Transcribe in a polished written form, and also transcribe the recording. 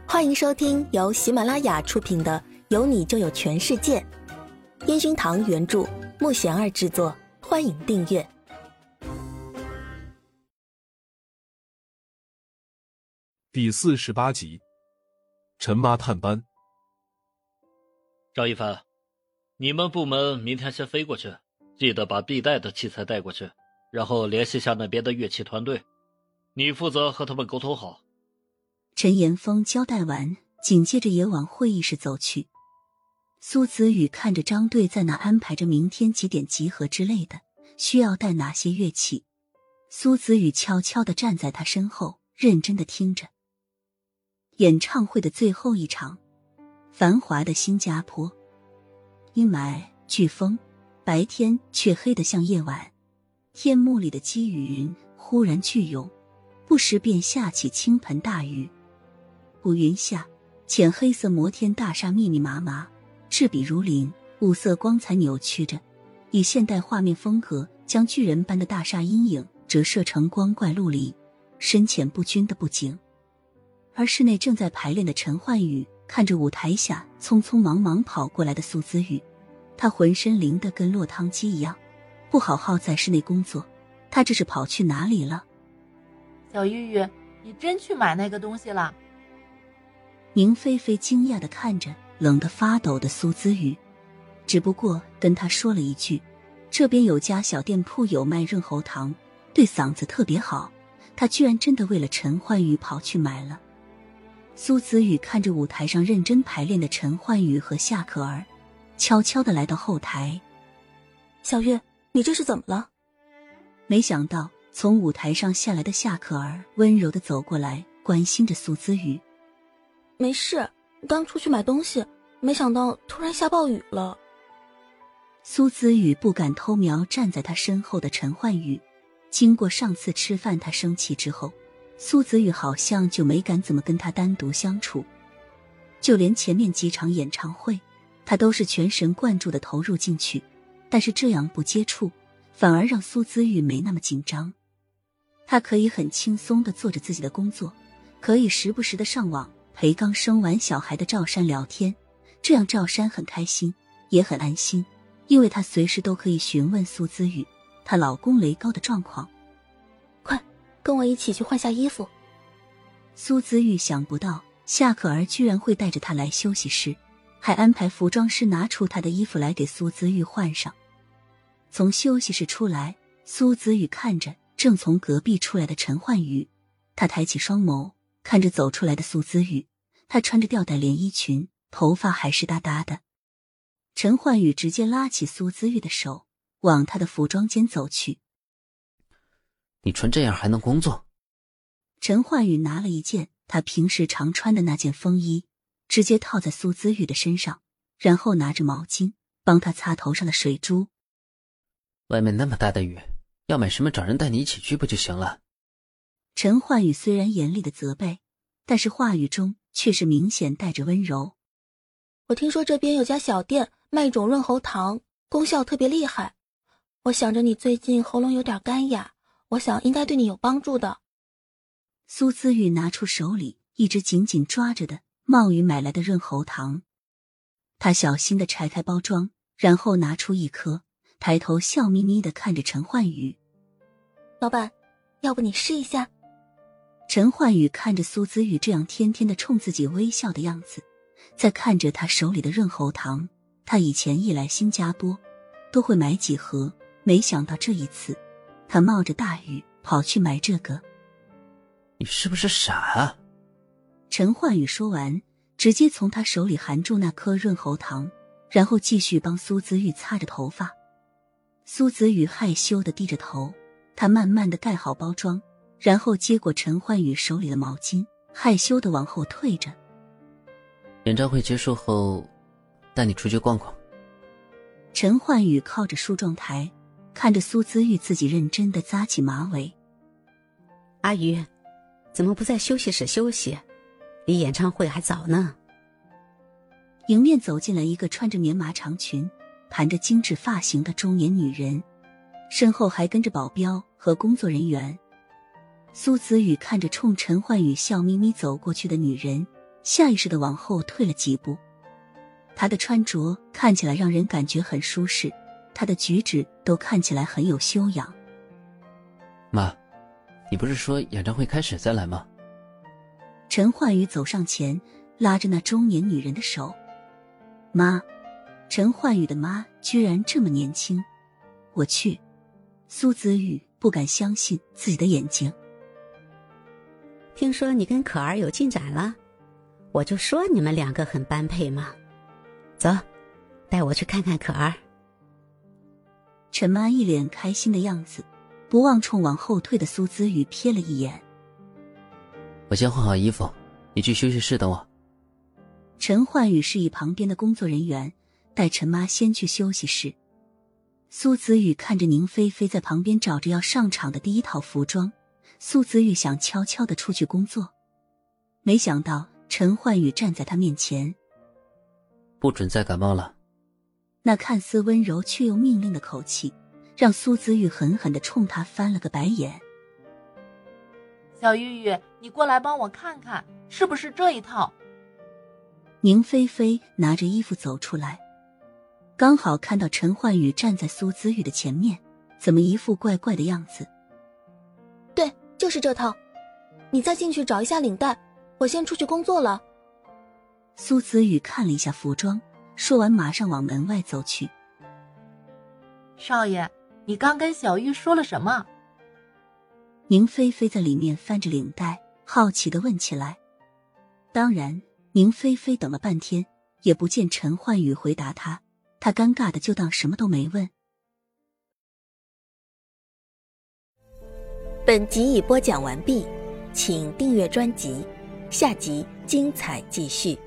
欢迎收听由喜马拉雅出品的《有你就有全世界》，烟熏堂原著，木贤儿制作，欢迎订阅。 第48集，陈妈探班。 赵一凡，你们部门明天先飞过去，记得把必带的器材带过去，然后联系下那边的乐器团队，你负责和他们沟通好。 陈岩峰交代完，紧接着也往会议室走去。苏子宇看着张队在那安排着明天几点集合之类的，需要带哪些乐器。苏子宇悄悄地站在他身后，认真地听着。演唱会的最后一场，繁华的新加坡，阴霾、飓风，白天却黑得像夜晚。天幕里的积雨云忽然聚涌，不时便下起倾盆大雨。乌云下，浅黑色摩天大厦密密麻麻，赤壁如林，五色光彩扭曲着，以现代画面风格将巨人般的大厦阴影折射成光怪陆离、深浅不均的布景。而室内正在排练的陈焕宇看着舞台下匆匆忙忙跑过来的苏子宇，他浑身淋得跟落汤鸡一样，不好好在室内工作，他这是跑去哪里了？ 小玉玉，你真去买那个东西了？ 宁菲菲惊讶地看着冷得发抖的苏子宇，只不过跟他说了一句，这边有家小店铺有卖润喉糖，对嗓子特别好，他居然真的为了陈焕宇跑去买了。苏子宇看着舞台上认真排练的陈焕宇和夏可儿，悄悄地来到后台。 小月，你这是怎么了？ 没想到从舞台上下来的夏可儿温柔地走过来，关心着苏子宇。 没事，刚出去买东西，没想到突然下暴雨了。 苏子宇不敢偷瞄站在他身后的陈焕宇，经过上次吃饭他生气之后，苏子宇好像就没敢怎么跟他单独相处，就连前面几场演唱会他都是全神贯注地投入进去，但是这样不接触反而让苏子宇没那么紧张。他可以很轻松地做着自己的工作，可以时不时地上网陪刚生完小孩的赵珊聊天，这样赵珊很开心也很安心，因为她随时都可以询问苏子宇她老公雷高的状况。 快跟我一起去换下衣服。 苏子宇想不到夏可儿居然会带着她来休息室，还安排服装师拿出她的衣服来给苏子宇换上。从休息室出来，苏子宇看着正从隔壁出来的陈焕宇，他抬起双眸看着走出来的苏子宇，他穿着吊带连衣裙，头发还湿哒哒的。陈焕宇直接拉起苏子玉的手，往他的服装间走去。 你穿这样还能工作？ 陈焕宇拿了一件他平时常穿的那件风衣，直接套在苏子玉的身上，然后拿着毛巾帮他擦头上的水珠。 外面那么大的雨，要买什么找人带你一起去不就行了？ 陈焕宇虽然严厉的责备，但是话语中却是明显带着温柔。 我听说这边有家小店卖一种润喉糖，功效特别厉害。我想着你最近喉咙有点干哑，我想应该对你有帮助的。 苏子玉拿出手里一直紧紧抓着的茂宇买来的润喉糖，他小心地拆开包装，然后拿出一颗，抬头笑眯眯地看着陈焕宇。 老板，要不你试一下？ 陈焕宇看着苏子宇这样天天地冲自己微笑的样子，再看着他手里的润喉糖，他以前一来新加坡都会买几盒，没想到这一次他冒着大雨跑去买这个。 你是不是傻啊？ 陈焕宇说完，直接从他手里含住那颗润喉糖，然后继续帮苏子玉擦着头发。苏子玉害羞地低着头，他慢慢地盖好包装，然后接过陈焕宇手里的毛巾，害羞地往后退着。 演唱会结束后带你出去逛逛。 陈焕宇靠着梳妆台，看着苏子玉自己认真地扎起马尾。 阿宇，怎么不在休息室休息？离演唱会还早呢。 迎面走进来一个穿着棉麻长裙盘着精致发型的中年女人，身后还跟着保镖和工作人员。苏子宇看着冲陈焕宇笑眯眯走过去的女人， 下意识地往后退了几步。他的穿着看起来让人感觉很舒适，他的举止都看起来很有修养。 妈，你不是说演唱会开始再来吗？ 陈焕宇走上前，拉着那中年女人的手。妈，陈焕宇的妈居然这么年轻，我去。苏子宇不敢相信自己的眼睛。 听说你跟可儿有进展了，我就说你们两个很般配嘛。走，带我去看看可儿。 陈妈一脸开心的样子，不忘冲往后退的苏子宇瞥了一眼。 我先换好衣服，你去休息室等我。 陈焕宇示意旁边的工作人员带陈妈先去休息室。苏子宇看着宁菲菲在旁边找着要上场的第一套服装，苏子宇想悄悄地出去工作，没想到陈焕宇站在他面前。 不准再感冒了。 那看似温柔却又命令的口气，让苏子宇狠狠地冲他翻了个白眼。 小玉玉，你过来帮我看看，是不是这一套？ 宁菲菲拿着衣服走出来，刚好看到陈焕宇站在苏子宇的前面，怎么一副怪怪的样子。 对，就是这套。你再进去找一下领带，我先出去工作了。 苏子宇看了一下服装，说完马上往门外走去。 少爷，你刚跟小玉说了什么？ 宁菲菲在里面翻着领带，好奇地问起来。当然，宁菲菲等了半天，也不见陈焕宇回答她，她尴尬的就当什么都没问。 本集已播讲完毕，请订阅专辑，下集精彩继续。